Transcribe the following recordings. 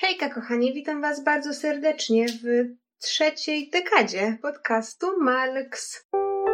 Hejka kochani, witam Was bardzo serdecznie w trzeciej dekadzie podcastu Malks.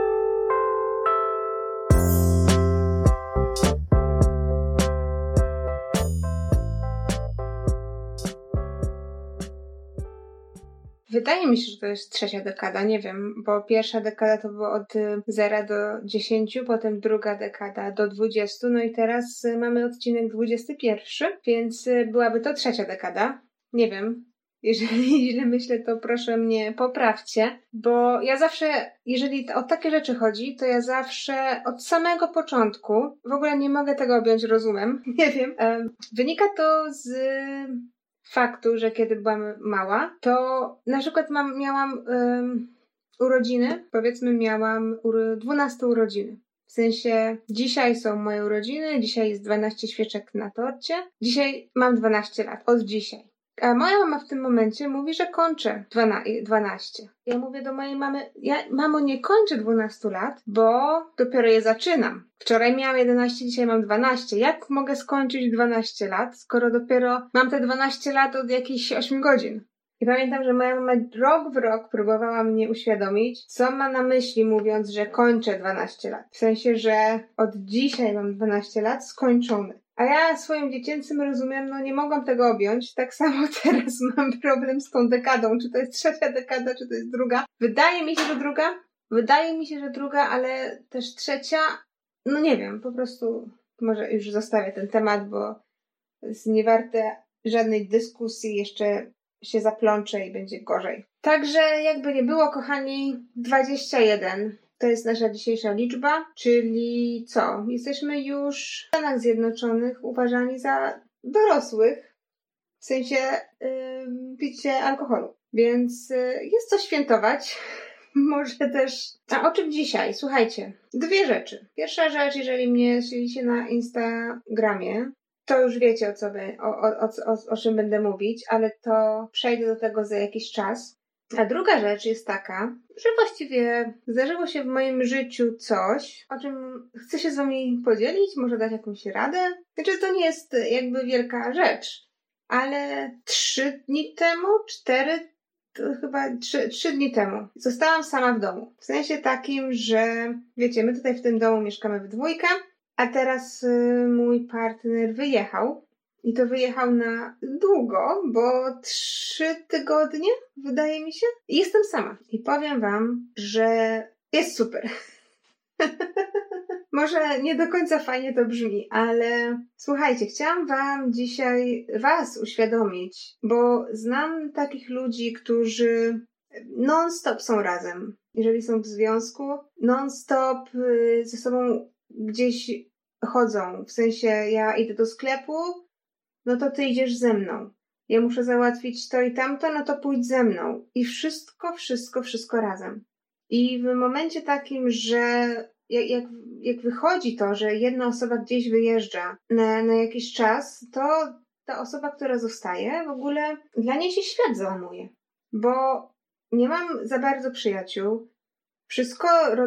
Wydaje mi się, że to jest trzecia dekada, nie wiem, bo pierwsza dekada to było od 0 do 10, potem druga dekada do 20, no i teraz mamy odcinek 21, więc byłaby to trzecia dekada. Nie wiem, jeżeli źle myślę, to proszę mnie poprawcie, bo ja zawsze, jeżeli o takie rzeczy chodzi, to ja zawsze od samego początku, w ogóle nie mogę tego objąć rozumem, nie wiem, wynika to z faktu, że kiedy byłam mała, to na przykład miałam urodziny, powiedzmy miałam 12 urodziny. W sensie dzisiaj są moje urodziny, dzisiaj jest 12 świeczek na torcie, dzisiaj mam 12 lat, od dzisiaj. A moja mama w tym momencie mówi, że kończę 12. Ja mówię do mojej mamy, mamo, nie kończę 12 lat, bo dopiero je zaczynam. Wczoraj miałam 11, dzisiaj mam 12. Jak mogę skończyć 12 lat, skoro dopiero mam te 12 lat od jakichś 8 godzin? I pamiętam, że moja mama rok w rok próbowała mnie uświadomić, co ma na myśli, mówiąc, że kończę 12 lat. W sensie, że od dzisiaj mam 12 lat skończone. A ja swoim dziecięcym rozumiem, nie mogłam tego objąć. Tak samo teraz mam problem z tą dekadą. Czy to jest trzecia dekada, czy to jest druga? Wydaje mi się, że druga, ale też trzecia. No nie wiem, po prostu może już zostawię ten temat, bo jest niewarte żadnej dyskusji. Jeszcze się zaplączę i będzie gorzej. Także jakby nie było, kochani, 21. To jest nasza dzisiejsza liczba, czyli co? Jesteśmy już w Stanach Zjednoczonych uważani za dorosłych, w sensie picie alkoholu. Więc jest co świętować. Może też... A o czym dzisiaj? Słuchajcie, dwie rzeczy. Pierwsza rzecz, jeżeli mnie śledzicie na Instagramie, to już wiecie o czym będę mówić, ale to przejdę do tego za jakiś czas. A druga rzecz jest taka, że właściwie zdarzyło się w moim życiu coś, o czym chcę się z wami podzielić, może dać jakąś radę. Znaczy, to nie jest jakby wielka rzecz, ale 3 dni temu, 3 dni temu zostałam sama w domu. W sensie takim, że wiecie, my tutaj w tym domu mieszkamy w dwójkę, a teraz mój partner wyjechał. I to wyjechał na długo, bo 3 tygodnie, wydaje mi się. I jestem sama. I powiem wam, że jest super. Może nie do końca fajnie to brzmi, ale słuchajcie, chciałam wam dzisiaj was uświadomić, bo znam takich ludzi, którzy non-stop są razem. Jeżeli są w związku, non-stop ze sobą gdzieś chodzą. W sensie ja idę do sklepu, no to ty idziesz ze mną. Ja muszę załatwić to i tamto, no to pójdź ze mną. I wszystko razem. I w momencie takim, że jak wychodzi to, że jedna osoba gdzieś wyjeżdża na jakiś czas, to ta osoba, która zostaje, w ogóle dla niej się świat załamuje. Bo nie mam za bardzo przyjaciół. Wszystko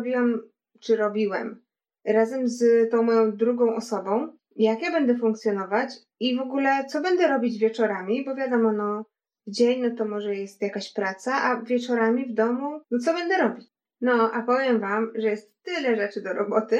robiłem razem z tą moją drugą osobą. Jak ja będę funkcjonować i w ogóle co będę robić wieczorami, bo wiadomo, w dzień to może jest jakaś praca, a wieczorami w domu, co będę robić? A powiem wam, że jest tyle rzeczy do roboty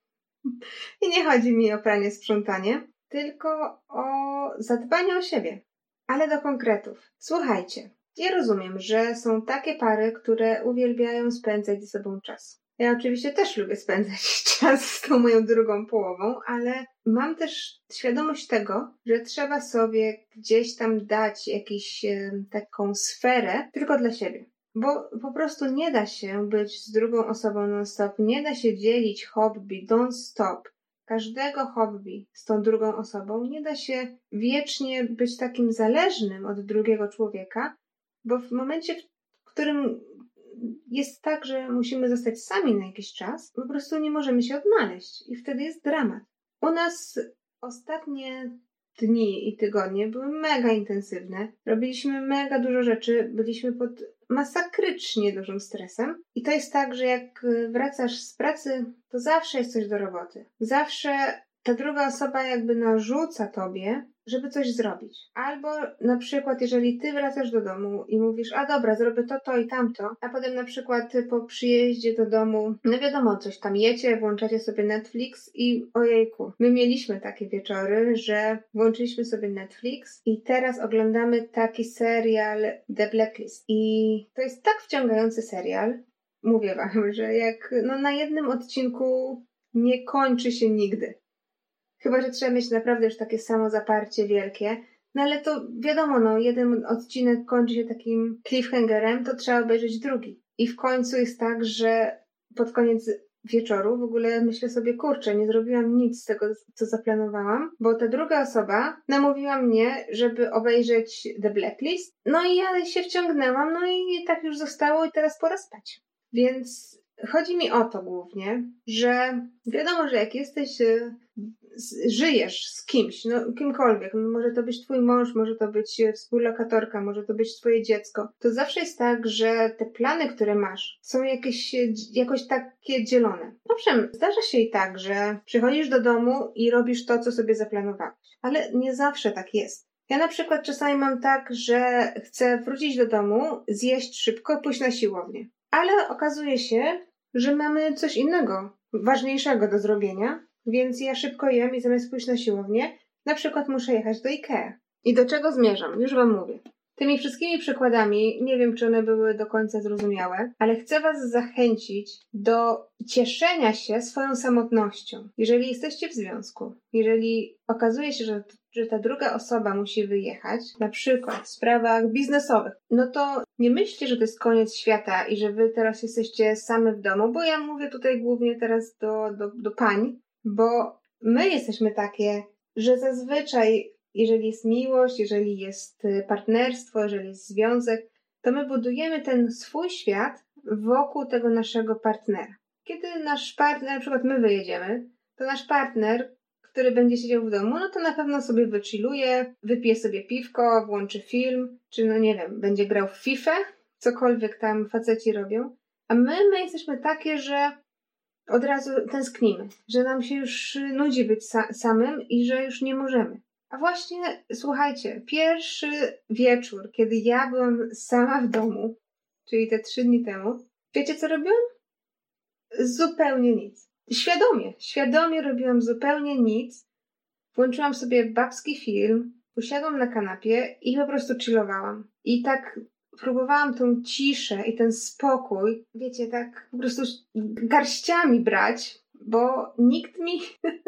i nie chodzi mi o pranie, sprzątanie, tylko o zadbanie o siebie. Ale do konkretów. Słuchajcie, ja rozumiem, że są takie pary, które uwielbiają spędzać ze sobą czas. Ja oczywiście też lubię spędzać czas z tą moją drugą połową, ale mam też świadomość tego, że trzeba sobie gdzieś tam dać taką sferę tylko dla siebie. Bo po prostu nie da się być z drugą osobą non-stop, nie da się dzielić hobby non-stop, każdego hobby z tą drugą osobą, nie da się wiecznie być takim zależnym od drugiego człowieka, bo w momencie, w którym jest tak, że musimy zostać sami na jakiś czas, po prostu nie możemy się odnaleźć i wtedy jest dramat. U nas ostatnie dni i tygodnie były mega intensywne. Robiliśmy mega dużo rzeczy, byliśmy pod masakrycznie dużym stresem i to jest tak, że jak wracasz z pracy, to zawsze jest coś do roboty. Zawsze ta druga osoba jakby narzuca tobie żeby coś zrobić. Albo na przykład, jeżeli ty wracasz do domu i mówisz, a dobra, zrobię to i tamto, a potem na przykład po przyjeździe do domu, no wiadomo, coś tam jecie, włączacie sobie Netflix i ojejku, my mieliśmy takie wieczory, że włączyliśmy sobie Netflix i teraz oglądamy taki serial The Blacklist. I to jest tak wciągający serial, mówię wam, że jak na jednym odcinku nie kończy się nigdy. Chyba że trzeba mieć naprawdę już takie samo zaparcie wielkie. No ale to wiadomo, jeden odcinek kończy się takim cliffhangerem, to trzeba obejrzeć drugi. I w końcu jest tak, że pod koniec wieczoru w ogóle myślę sobie, kurczę, nie zrobiłam nic z tego, co zaplanowałam, bo ta druga osoba namówiła mnie, żeby obejrzeć The Blacklist. No i ja się wciągnęłam, no i tak już zostało i teraz pora spać. Więc chodzi mi o to głównie, że wiadomo, że jak jesteś, żyjesz z kimś, kimkolwiek, może to być twój mąż, może to być współlokatorka, może to być twoje dziecko, to zawsze jest tak, że te plany, które masz, są jakoś takie dzielone. Owszem, zdarza się i tak, że przychodzisz do domu i robisz to, co sobie zaplanowałeś, ale nie zawsze tak jest. Ja na przykład czasami mam tak, że chcę wrócić do domu, zjeść szybko, pójść na siłownię. Ale okazuje się, że mamy coś innego, ważniejszego do zrobienia, więc ja szybko jem i zamiast pójść na siłownię, na przykład muszę jechać do IKEA. I do czego zmierzam? Już wam mówię. Tymi wszystkimi przykładami, nie wiem, czy one były do końca zrozumiałe, ale chcę was zachęcić do cieszenia się swoją samotnością. Jeżeli jesteście w związku, jeżeli okazuje się, że ta druga osoba musi wyjechać, na przykład w sprawach biznesowych, no to nie myślcie, że to jest koniec świata i że wy teraz jesteście same w domu, bo ja mówię tutaj głównie teraz do pań, bo my jesteśmy takie, że zazwyczaj jeżeli jest miłość, jeżeli jest partnerstwo, jeżeli jest związek, to my budujemy ten swój świat wokół tego naszego partnera. Kiedy nasz partner, na przykład my wyjedziemy, to nasz partner, który będzie siedział w domu, no to na pewno sobie wychilluje, wypije sobie piwko, włączy film, czy nie wiem, będzie grał w FIFA, cokolwiek tam faceci robią. A my jesteśmy takie, że od razu tęsknimy, że nam się już nudzi być samym i że już nie możemy. A właśnie, słuchajcie, pierwszy wieczór, kiedy ja byłam sama w domu, czyli te 3 dni temu, wiecie co robiłam? Zupełnie nic. Świadomie robiłam zupełnie nic. Włączyłam sobie babski film, usiadłam na kanapie i po prostu chillowałam. I tak próbowałam tą ciszę i ten spokój, wiecie, tak po prostu garściami brać, bo nikt mi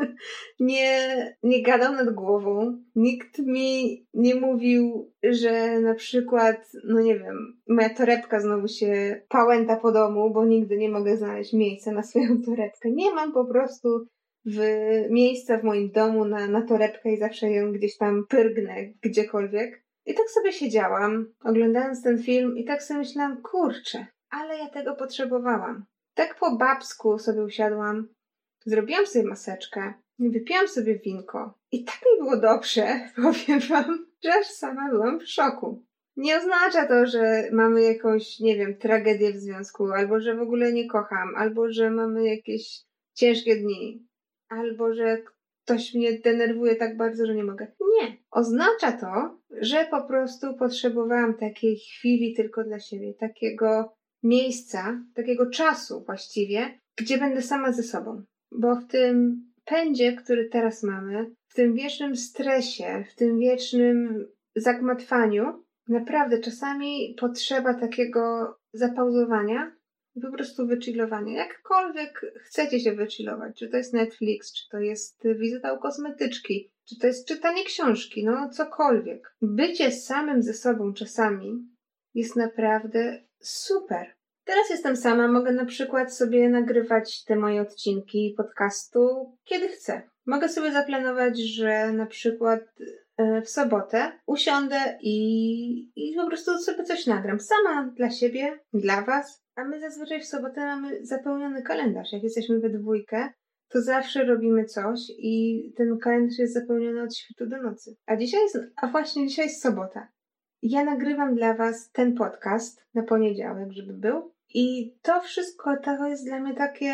nie gadał nad głową, nikt mi nie mówił, że na przykład, nie wiem, moja torebka znowu się pałęta po domu, bo nigdy nie mogę znaleźć miejsca na swoją torebkę. Nie mam po prostu miejsca w moim domu na torebkę i zawsze ją gdzieś tam pyrgnę gdziekolwiek. I tak sobie siedziałam, oglądając ten film i tak sobie myślałam, kurczę, ale ja tego potrzebowałam. Tak po babsku sobie usiadłam, zrobiłam sobie maseczkę, wypiłam sobie winko i tak mi było dobrze, powiem wam, że aż sama byłam w szoku. Nie oznacza to, że mamy jakąś, nie wiem, tragedię w związku, albo że w ogóle nie kocham, albo że mamy jakieś ciężkie dni, albo że ktoś mnie denerwuje tak bardzo, że nie mogę. Nie. Oznacza to, że po prostu potrzebowałam takiej chwili tylko dla siebie, takiego miejsca, takiego czasu właściwie, gdzie będę sama ze sobą. Bo w tym pędzie, który teraz mamy, w tym wiecznym stresie, w tym wiecznym zagmatwaniu, naprawdę czasami potrzeba takiego zapauzowania i po prostu wychillowania. Jakkolwiek chcecie się wychillować, czy to jest Netflix, czy to jest wizyta u kosmetyczki, czy to jest czytanie książki, cokolwiek. Bycie samym ze sobą czasami jest naprawdę super. Teraz jestem sama, mogę na przykład sobie nagrywać te moje odcinki podcastu, kiedy chcę. Mogę sobie zaplanować, że na przykład w sobotę usiądę i po prostu sobie coś nagram. Sama dla siebie, dla was. A my zazwyczaj w sobotę mamy zapełniony kalendarz. Jak jesteśmy we dwójkę, to zawsze robimy coś i ten kalendarz jest zapełniony od świtu do nocy. A właśnie dzisiaj jest sobota. Ja nagrywam dla was ten podcast na poniedziałek, żeby był. I to wszystko to jest dla mnie takie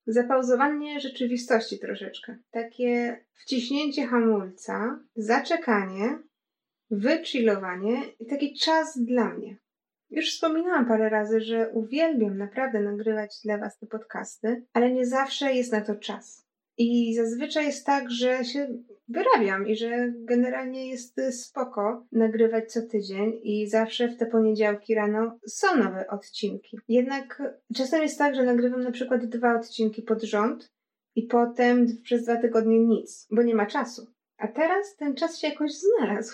zapauzowanie rzeczywistości troszeczkę. Takie wciśnięcie hamulca, zaczekanie, wychillowanie i taki czas dla mnie. Już wspominałam parę razy, że uwielbiam naprawdę nagrywać dla Was te podcasty, ale nie zawsze jest na to czas. I zazwyczaj jest tak, że się wyrabiam i że generalnie jest spoko nagrywać co tydzień i zawsze w te poniedziałki rano są nowe odcinki. Jednak czasem jest tak, że nagrywam na przykład 2 odcinki pod rząd i potem przez 2 tygodnie nic, bo nie ma czasu. A teraz ten czas się jakoś znalazł.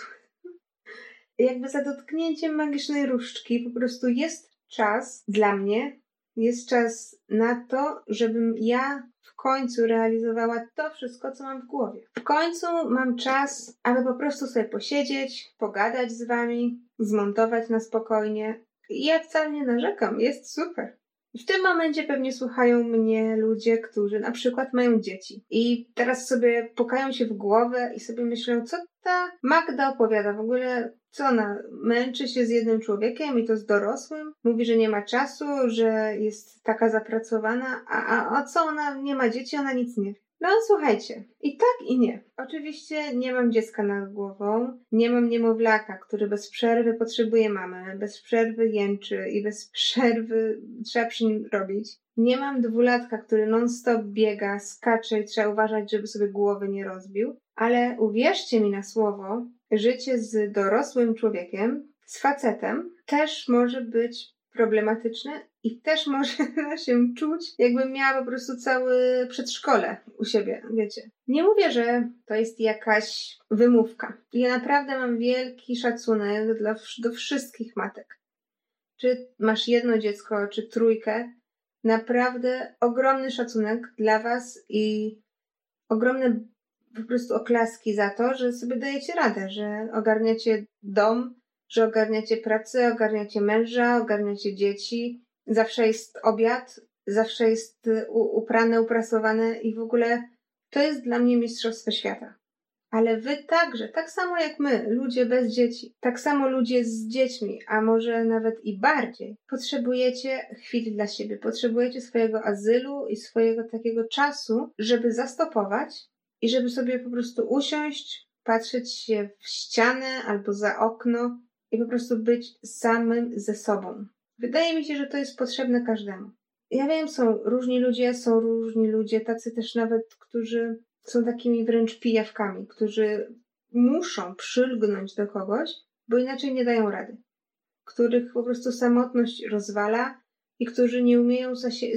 Jakby za dotknięciem magicznej różdżki po prostu jest czas dla mnie, jest czas na to, żebym ja w końcu realizowała to wszystko, co mam w głowie. W końcu mam czas, aby po prostu sobie posiedzieć, pogadać z wami, zmontować na spokojnie. I ja wcale nie narzekam, jest super. W tym momencie pewnie słuchają mnie ludzie, którzy na przykład mają dzieci i teraz sobie pukają się w głowę i sobie myślą, co ta Magda opowiada w ogóle, co ona męczy się z jednym człowiekiem i to z dorosłym, mówi, że nie ma czasu, że jest taka zapracowana, a co ona nie ma dzieci, ona nic nie wie. No słuchajcie, i tak i nie. Oczywiście nie mam dziecka nad głową, nie mam niemowlaka, który bez przerwy potrzebuje mamy, bez przerwy jęczy i bez przerwy trzeba przy nim robić. Nie mam 2-latka, który non-stop biega, skacze i trzeba uważać, żeby sobie głowy nie rozbił. Ale uwierzcie mi na słowo, życie z dorosłym człowiekiem, z facetem, też może być problematyczne i też można się czuć, jakbym miała po prostu całe przedszkole u siebie, wiecie. Nie mówię, że to jest jakaś wymówka. Ja naprawdę mam wielki szacunek do wszystkich matek. Czy masz 1 dziecko, czy 3, naprawdę ogromny szacunek dla was i ogromne po prostu oklaski za to, że sobie dajecie radę, że ogarniacie dom, że ogarniacie pracę, ogarniacie męża, ogarniacie dzieci. Zawsze jest obiad, zawsze jest uprane, uprasowane i w ogóle to jest dla mnie mistrzostwo świata. Ale wy także, tak samo jak my, ludzie bez dzieci, tak samo ludzie z dziećmi, a może nawet i bardziej, potrzebujecie chwili dla siebie, potrzebujecie swojego azylu i swojego takiego czasu, żeby zastopować i żeby sobie po prostu usiąść, patrzeć się w ścianę albo za okno i po prostu być samym ze sobą. Wydaje mi się, że to jest potrzebne każdemu. Ja wiem, są różni ludzie, tacy też nawet, którzy są takimi wręcz pijawkami, którzy muszą przylgnąć do kogoś, bo inaczej nie dają rady. Których po prostu samotność rozwala i którzy nie umieją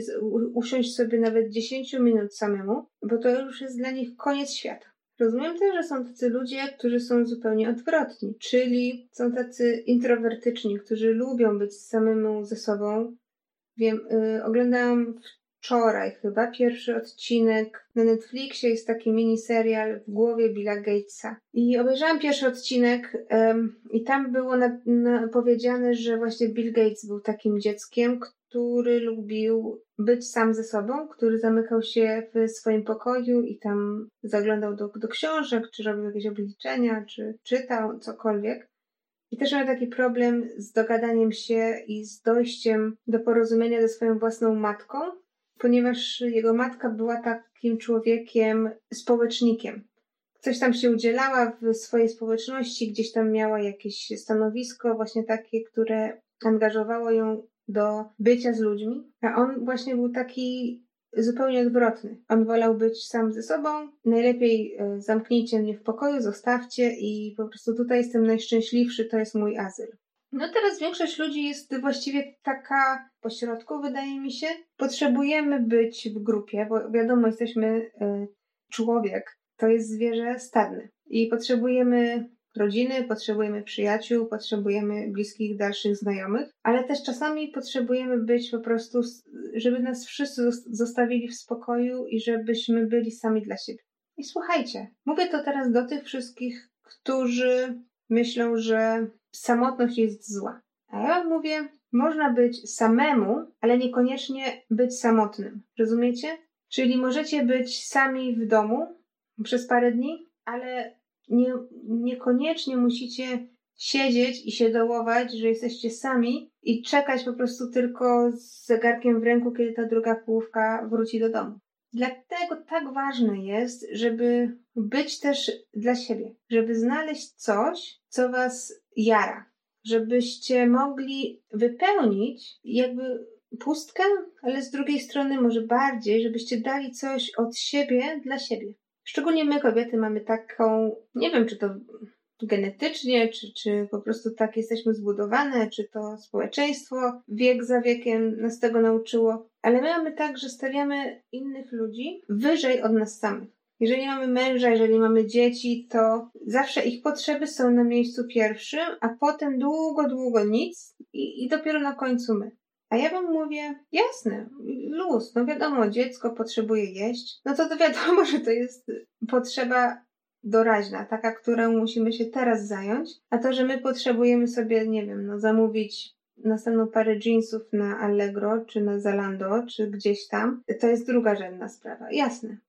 usiąść sobie nawet 10 minut samemu, bo to już jest dla nich koniec świata. Rozumiem też, że są tacy ludzie, którzy są zupełnie odwrotni, czyli są tacy introwertyczni, którzy lubią być samemu ze sobą. Wiem, oglądałam wczoraj chyba pierwszy odcinek na Netflixie, jest taki miniserial w głowie Billa Gatesa. I obejrzałam pierwszy odcinek i tam było powiedziane, że właśnie Bill Gates był takim dzieckiem, który lubił być sam ze sobą, który zamykał się w swoim pokoju i tam zaglądał do książek, czy robił jakieś obliczenia, czy czytał cokolwiek. I też miał taki problem z dogadaniem się i z dojściem do porozumienia ze swoją własną matką, ponieważ jego matka była takim człowiekiem, społecznikiem. Coś tam się udzielała w swojej społeczności, gdzieś tam miała jakieś stanowisko właśnie takie, które angażowało ją do bycia z ludźmi, a on właśnie był taki zupełnie odwrotny. On wolał być sam ze sobą, najlepiej zamknijcie mnie w pokoju, zostawcie i po prostu tutaj jestem najszczęśliwszy, to jest mój azyl. No teraz większość ludzi jest właściwie taka pośrodku, wydaje mi się. Potrzebujemy być w grupie, bo wiadomo, jesteśmy człowiek, to jest zwierzę stadne i potrzebujemy rodziny, potrzebujemy przyjaciół, potrzebujemy bliskich, dalszych znajomych, ale też czasami potrzebujemy być po prostu, żeby nas wszyscy zostawili w spokoju i żebyśmy byli sami dla siebie. I słuchajcie, mówię to teraz do tych wszystkich, którzy myślą, że samotność jest zła. A ja wam mówię, można być samemu, ale niekoniecznie być samotnym. Rozumiecie? Czyli możecie być sami w domu przez parę dni, ale niekoniecznie musicie siedzieć i się dołować, że jesteście sami i czekać po prostu tylko z zegarkiem w ręku, kiedy ta druga połówka wróci do domu. Dlatego tak ważne jest, żeby być też dla siebie, żeby znaleźć coś, co was jara, żebyście mogli wypełnić jakby pustkę, ale z drugiej strony może bardziej, żebyście dali coś od siebie dla siebie. Szczególnie my kobiety mamy taką, nie wiem czy to genetycznie, czy po prostu tak jesteśmy zbudowane, czy to społeczeństwo wiek za wiekiem nas tego nauczyło, ale my mamy tak, że stawiamy innych ludzi wyżej od nas samych. Jeżeli mamy męża, jeżeli mamy dzieci, to zawsze ich potrzeby są na miejscu pierwszym, a potem długo nic i dopiero na końcu my. A ja wam mówię, jasne, luz, no wiadomo, dziecko potrzebuje jeść, no to wiadomo, że to jest potrzeba doraźna, taka, którą musimy się teraz zająć, a to, że my potrzebujemy sobie, nie wiem, no zamówić następną parę jeansów na Allegro, czy na Zalando, czy gdzieś tam, to jest drugorzędna sprawa, jasne.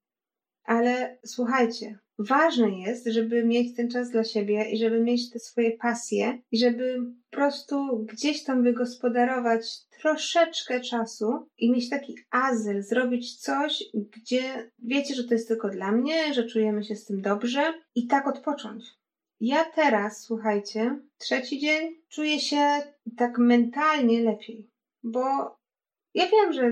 Ale słuchajcie, ważne jest, żeby mieć ten czas dla siebie i żeby mieć te swoje pasje i żeby po prostu gdzieś tam wygospodarować troszeczkę czasu i mieć taki azyl, zrobić coś, gdzie wiecie, że to jest tylko dla mnie, że czujemy się z tym dobrze i tak odpocząć. Ja teraz, słuchajcie, 3. dzień czuję się tak mentalnie lepiej, bo ja wiem, że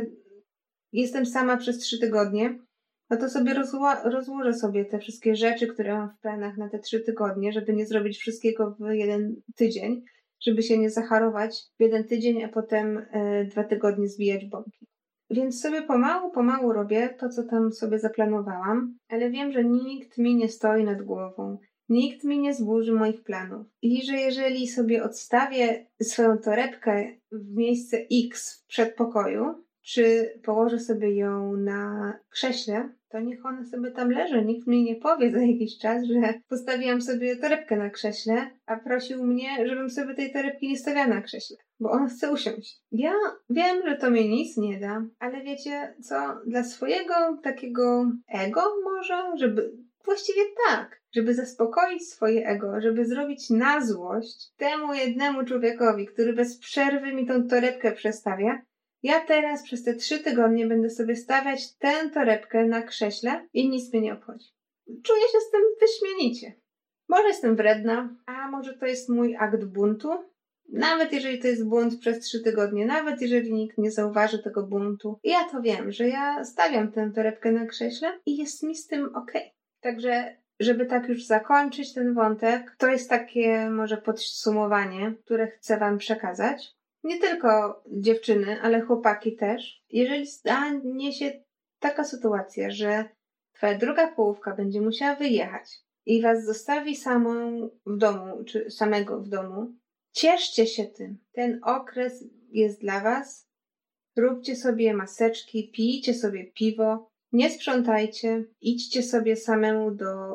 jestem sama przez 3 tygodnie, no to sobie rozłożę sobie te wszystkie rzeczy, które mam w planach na te 3 tygodnie, żeby nie zrobić wszystkiego w 1 tydzień, żeby się nie zacharować w 1 tydzień, a potem 2 tygodnie zbijać bąki. Więc sobie pomału robię to, co tam sobie zaplanowałam, ale wiem, że nikt mi nie stoi nad głową. Nikt mi nie zburzy moich planów. I że jeżeli sobie odstawię swoją torebkę w miejsce X w przedpokoju, czy położę sobie ją na krześle, to niech ona sobie tam leży. Nikt mi nie powie za jakiś czas, że postawiłam sobie torebkę na krześle, a prosił mnie, żebym sobie tej torebki nie stawiała na krześle, bo on chce usiąść. Ja wiem, że to mi nic nie da, ale wiecie co? Dla swojego takiego ego może, właściwie tak, żeby zaspokoić swoje ego, żeby zrobić na złość temu jednemu człowiekowi, który bez przerwy mi tą torebkę przestawia, ja teraz przez te 3 tygodnie będę sobie stawiać tę torebkę na krześle i nic mnie nie obchodzi. Czuję się z tym wyśmienicie. Może jestem wredna, a może to jest mój akt buntu? Nawet jeżeli to jest bunt przez 3 tygodnie, nawet jeżeli nikt nie zauważy tego buntu, ja to wiem, że ja stawiam tę torebkę na krześle i jest mi z tym okej. Także, żeby tak już zakończyć ten wątek, to jest takie może podsumowanie, które chcę wam przekazać. Nie tylko dziewczyny, ale chłopaki też. Jeżeli stanie się taka sytuacja, że twoja druga połówka będzie musiała wyjechać i was zostawi samą w domu, czy samego w domu, cieszcie się tym. Ten okres jest dla was. Róbcie sobie maseczki, pijcie sobie piwo, nie sprzątajcie, idźcie sobie samemu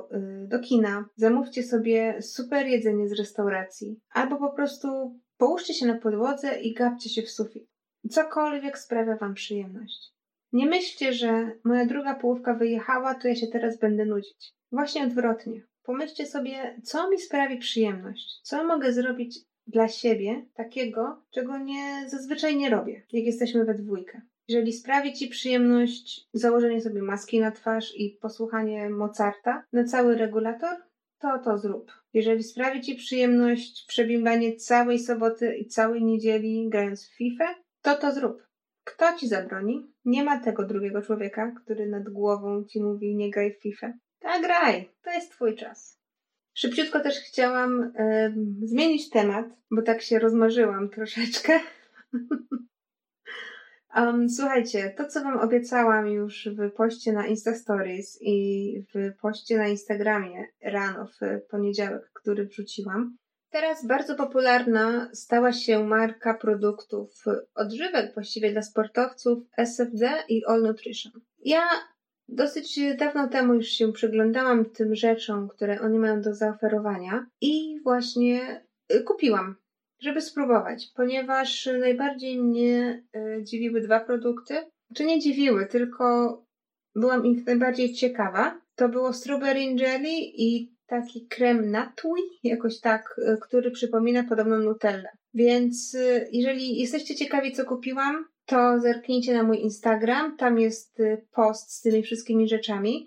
do kina, zamówcie sobie super jedzenie z restauracji, albo po prostu połóżcie się na podłodze i gapcie się w sufit. Cokolwiek sprawia wam przyjemność. Nie myślcie, że moja druga połówka wyjechała, to ja się teraz będę nudzić. Właśnie odwrotnie. Pomyślcie sobie, co mi sprawi przyjemność, co mogę zrobić dla siebie takiego, czego zazwyczaj nie robię, jak jesteśmy we dwójkę. Jeżeli sprawi ci przyjemność założenie sobie maski na twarz i posłuchanie Mozarta na cały regulator, to zrób. Jeżeli sprawi ci przyjemność przebimbanie całej soboty i całej niedzieli grając w FIFA, to zrób. Kto ci zabroni? Nie ma tego drugiego człowieka, który nad głową ci mówi nie graj w FIFA. Tak, graj. To jest twój czas. Szybciutko też chciałam zmienić temat, bo tak się rozmarzyłam troszeczkę. Słuchajcie, to co wam obiecałam już w poście na Insta Stories i w poście na Instagramie rano w poniedziałek, który wrzuciłam. Teraz bardzo popularna stała się marka produktów odżywek właściwie dla sportowców SFD i All Nutrition. Ja dosyć dawno temu już się przyglądałam tym rzeczom, które oni mają do zaoferowania i właśnie kupiłam, żeby spróbować, ponieważ najbardziej mnie dziwiły 2 produkty. Czy nie dziwiły, tylko byłam ich najbardziej ciekawa. To było strawberry jelly i taki krem natui, jakoś tak, który przypomina podobno Nutellę. Więc jeżeli jesteście ciekawi, co kupiłam, to zerknijcie na mój Instagram, tam jest post z tymi wszystkimi rzeczami.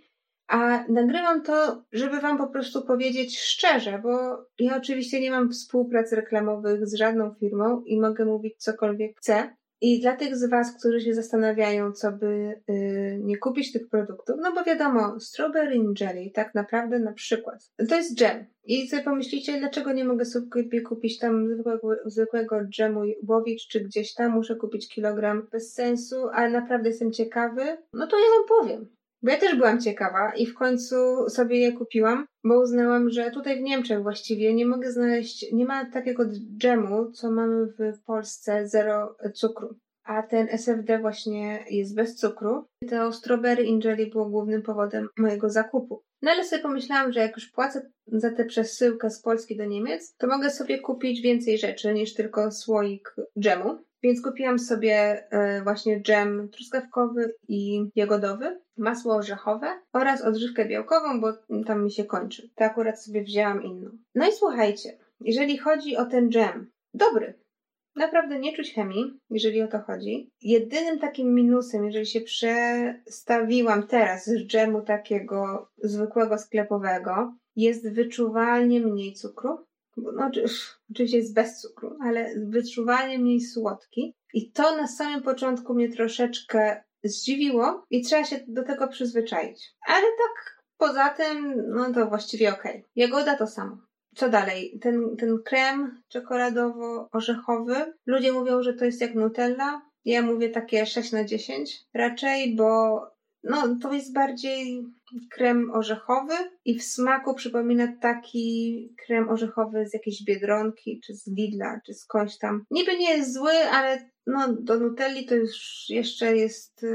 A nagrywam to, żeby wam po prostu powiedzieć szczerze, bo ja oczywiście nie mam współprac reklamowych z żadną firmą i mogę mówić cokolwiek chcę. I dla tych z was, którzy się zastanawiają, co by nie kupić tych produktów, no bo wiadomo, strawberry jelly, tak naprawdę na przykład, to jest dżem. I sobie pomyślicie, dlaczego nie mogę sobie kupić tam zwykłego dżemu Łowicz czy gdzieś tam, muszę kupić kilogram bez sensu, ale naprawdę jestem ciekawy, no to ja wam powiem. Bo ja też byłam ciekawa i w końcu sobie je kupiłam, bo uznałam, że tutaj w Niemczech właściwie nie mogę znaleźć, nie ma takiego dżemu, co mamy w Polsce, zero cukru. A ten SFD właśnie jest bez cukru. To strawberry jelly było głównym powodem mojego zakupu. No ale sobie pomyślałam, że jak już płacę za tę przesyłkę z Polski do Niemiec, to mogę sobie kupić więcej rzeczy niż tylko słoik dżemu. Więc kupiłam sobie właśnie dżem truskawkowy i jagodowy, masło orzechowe oraz odżywkę białkową, bo tam mi się kończy. To akurat sobie wzięłam inną. No i słuchajcie, jeżeli chodzi o ten dżem, dobry. Naprawdę nie czuć chemii, jeżeli o to chodzi. Jedynym takim minusem, jeżeli się przestawiłam teraz z dżemu takiego zwykłego sklepowego, jest wyczuwalnie mniej cukru. No, oczywiście jest bez cukru, ale wyczuwalnie mniej słodki. I to na samym początku mnie troszeczkę zdziwiło i trzeba się do tego przyzwyczaić. Ale tak poza tym, no to właściwie okej. Jagoda to samo. Co dalej? Ten krem czekoladowo-orzechowy. Ludzie mówią, że to jest jak Nutella. Ja mówię takie 6/10 raczej, bo no, to jest bardziej krem orzechowy i w smaku przypomina taki krem orzechowy z jakiejś Biedronki, czy z Lidla, czy skądś tam. Niby nie jest zły, ale no, do Nutelli to już jeszcze jest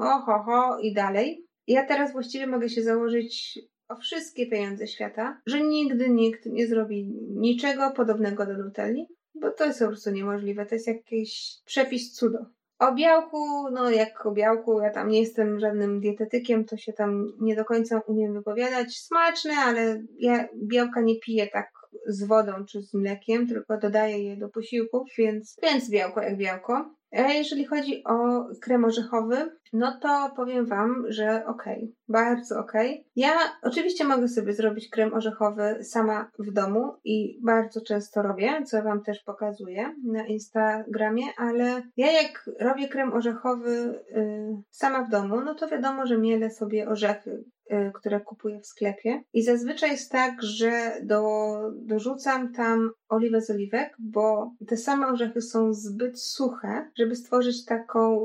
ohoho i dalej. Ja teraz właściwie mogę się założyć o wszystkie pieniądze świata, że nigdy nikt nie zrobi niczego podobnego do Nutelli, bo to jest po prostu niemożliwe. To jest jakiś przepis cudo. O białku, no jak o białku, ja tam nie jestem żadnym dietetykiem, to się tam nie do końca umiem wypowiadać. Smaczne, ale ja białka nie piję tak z wodą czy z mlekiem, tylko dodaję je do posiłków, więc białko jak białko. A jeżeli chodzi o krem orzechowy, no to powiem wam, że okej, bardzo okej. Ja oczywiście mogę sobie zrobić krem orzechowy sama w domu i bardzo często robię, co wam też pokazuję na Instagramie, ale ja jak robię krem orzechowy sama w domu, no to wiadomo, że mielę sobie orzechy, które kupuję w sklepie. I zazwyczaj jest tak, że dorzucam tam oliwę z oliwek, bo te same orzechy są zbyt suche, żeby stworzyć taką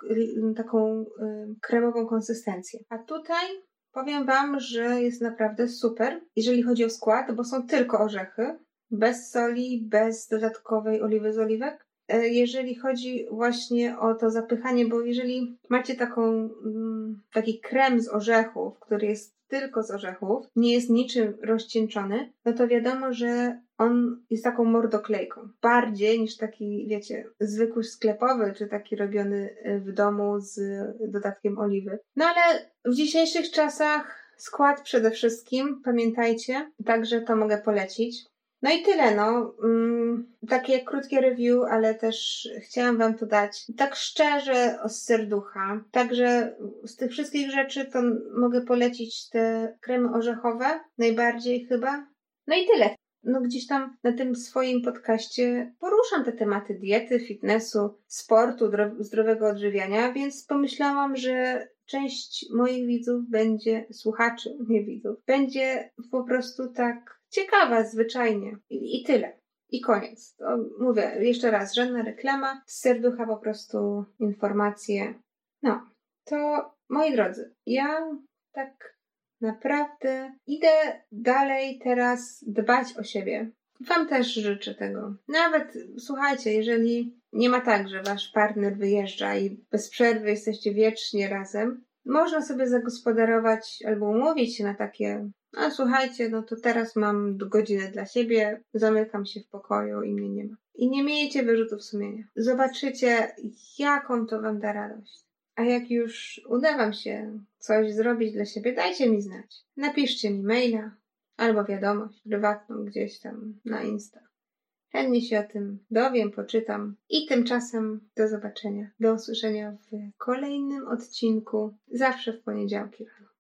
kremową konsystencję. A tutaj powiem wam, że jest naprawdę super, jeżeli chodzi o skład, bo są tylko orzechy, bez soli, bez dodatkowej oliwy z oliwek. Jeżeli chodzi właśnie o to zapychanie, bo jeżeli macie taki krem z orzechów, który jest tylko z orzechów, nie jest niczym rozcieńczony, no to wiadomo, że on jest taką mordoklejką. Bardziej niż taki, wiecie, zwykły sklepowy, czy taki robiony w domu z dodatkiem oliwy. No ale w dzisiejszych czasach skład przede wszystkim, pamiętajcie, także to mogę polecić. No i tyle, no. Takie krótkie review, ale też chciałam wam to dać tak szczerze, z serducha. Także z tych wszystkich rzeczy to mogę polecić te kremy orzechowe, najbardziej chyba. No i tyle. No gdzieś tam na tym swoim podcaście poruszam te tematy diety, fitnessu, sportu, zdrowego odżywiania, więc pomyślałam, że część moich widzów słuchaczy, nie widzów, będzie po prostu tak ciekawa zwyczajnie. I tyle. I koniec. To mówię jeszcze raz, żadna reklama, z serducha po prostu informacje. No, to moi drodzy, ja tak naprawdę idę dalej teraz dbać o siebie. Wam też życzę tego. Nawet, słuchajcie, jeżeli nie ma tak, że wasz partner wyjeżdża i bez przerwy jesteście wiecznie razem, można sobie zagospodarować albo umówić się na takie, a słuchajcie, no to teraz mam godzinę dla siebie, zamykam się w pokoju i mnie nie ma. I nie miejcie wyrzutów sumienia. Zobaczycie, jaką to wam da radość. A jak już uda wam się coś zrobić dla siebie, dajcie mi znać. Napiszcie mi maila albo wiadomość prywatną gdzieś tam na Insta. Chętnie się o tym dowiem, poczytam. I tymczasem do zobaczenia, do usłyszenia w kolejnym odcinku, zawsze w poniedziałki rano.